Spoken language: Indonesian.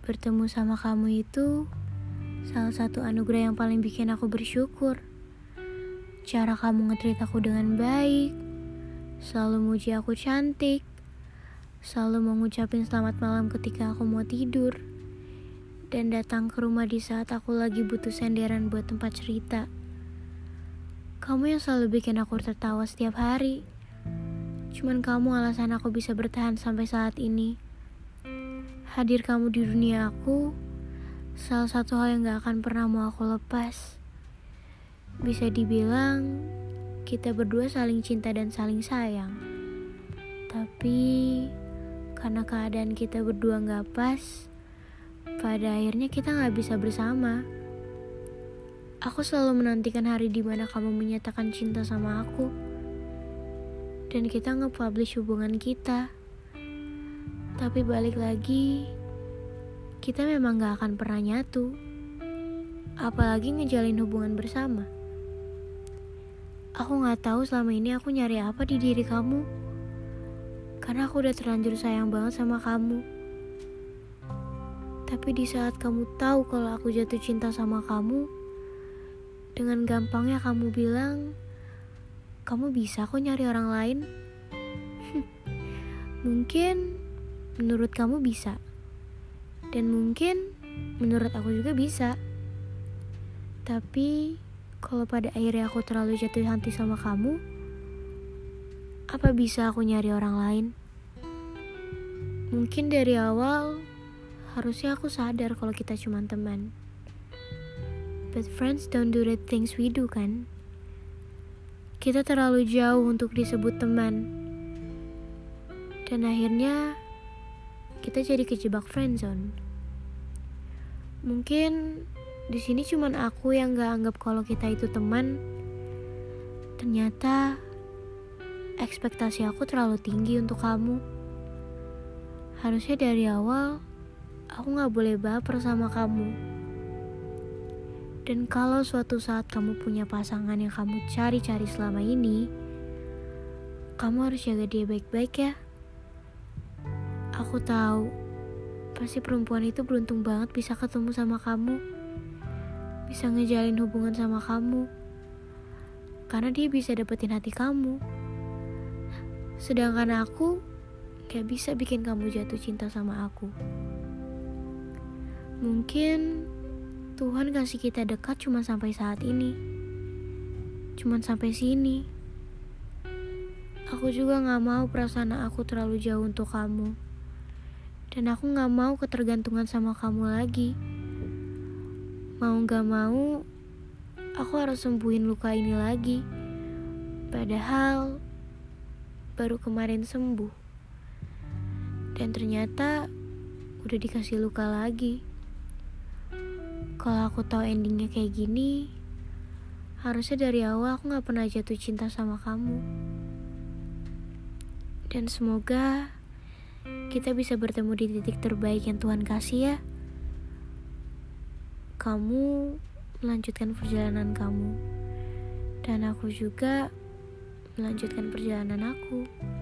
Bertemu sama kamu itu salah satu anugerah yang paling bikin aku bersyukur. Cara kamu nge-treat aku dengan baik, selalu muji aku cantik, selalu mengucapin selamat malam ketika aku mau tidur, dan datang ke rumah di saat aku lagi butuh senderan buat tempat cerita. Kamu yang selalu bikin aku tertawa setiap hari. Cuman kamu alasan aku bisa bertahan sampai saat ini. Hadir kamu di dunia aku, salah satu hal yang gak akan pernah mau aku lepas. Bisa dibilang, kita berdua saling cinta dan saling sayang. Tapi, karena keadaan kita berdua gak pas, pada akhirnya kita gak bisa bersama. Aku selalu menantikan hari dimana kamu menyatakan cinta sama aku. Dan kita nge-publish hubungan kita. Tapi balik lagi, kita memang gak akan pernah nyatu. Apalagi ngejalin hubungan bersama. Aku gak tahu selama ini aku nyari apa di diri kamu. Karena aku udah terlanjur sayang banget sama kamu. Tapi di saat kamu tahu kalau aku jatuh cinta sama kamu, dengan gampangnya kamu bilang, kamu bisa kok nyari orang lain. Mungkin menurut kamu bisa. Dan mungkin menurut aku juga bisa. Tapi kalau pada akhirnya aku terlalu jatuh hati sama kamu, apa bisa aku nyari orang lain? Mungkin dari awal harusnya aku sadar kalau kita cuma teman. But friends don't do the things we do, kan? Kita terlalu jauh untuk disebut teman. Dan akhirnya kita jadi kejebak friendzone. Mungkin di sini cuman aku yang gak anggap kalau kita itu teman. Ternyata ekspektasi aku terlalu tinggi untuk kamu. Harusnya dari awal aku gak boleh baper sama kamu. Dan kalau suatu saat kamu punya pasangan yang kamu cari-cari selama ini, kamu harus jaga dia baik-baik ya. Aku tahu pasti perempuan itu beruntung banget bisa ketemu sama kamu, bisa ngejalin hubungan sama kamu, karena dia bisa dapetin hati kamu. Sedangkan aku gak bisa bikin kamu jatuh cinta sama aku. Mungkin Tuhan kasih kita dekat cuma sampai saat ini, cuma sampai sini. Aku juga gak mau perasaan aku terlalu jauh untuk kamu. Dan aku gak mau ketergantungan sama kamu lagi. Mau gak mau, aku harus sembuhin luka ini lagi. Padahal baru kemarin sembuh. Dan ternyata udah dikasih luka lagi. Kalau aku tahu endingnya kayak gini, harusnya dari awal aku gak pernah jatuh cinta sama kamu. Dan semoga kita bisa bertemu di titik terbaik yang Tuhan kasih ya. Kamu melanjutkan perjalanan kamu, dan aku juga melanjutkan perjalanan aku.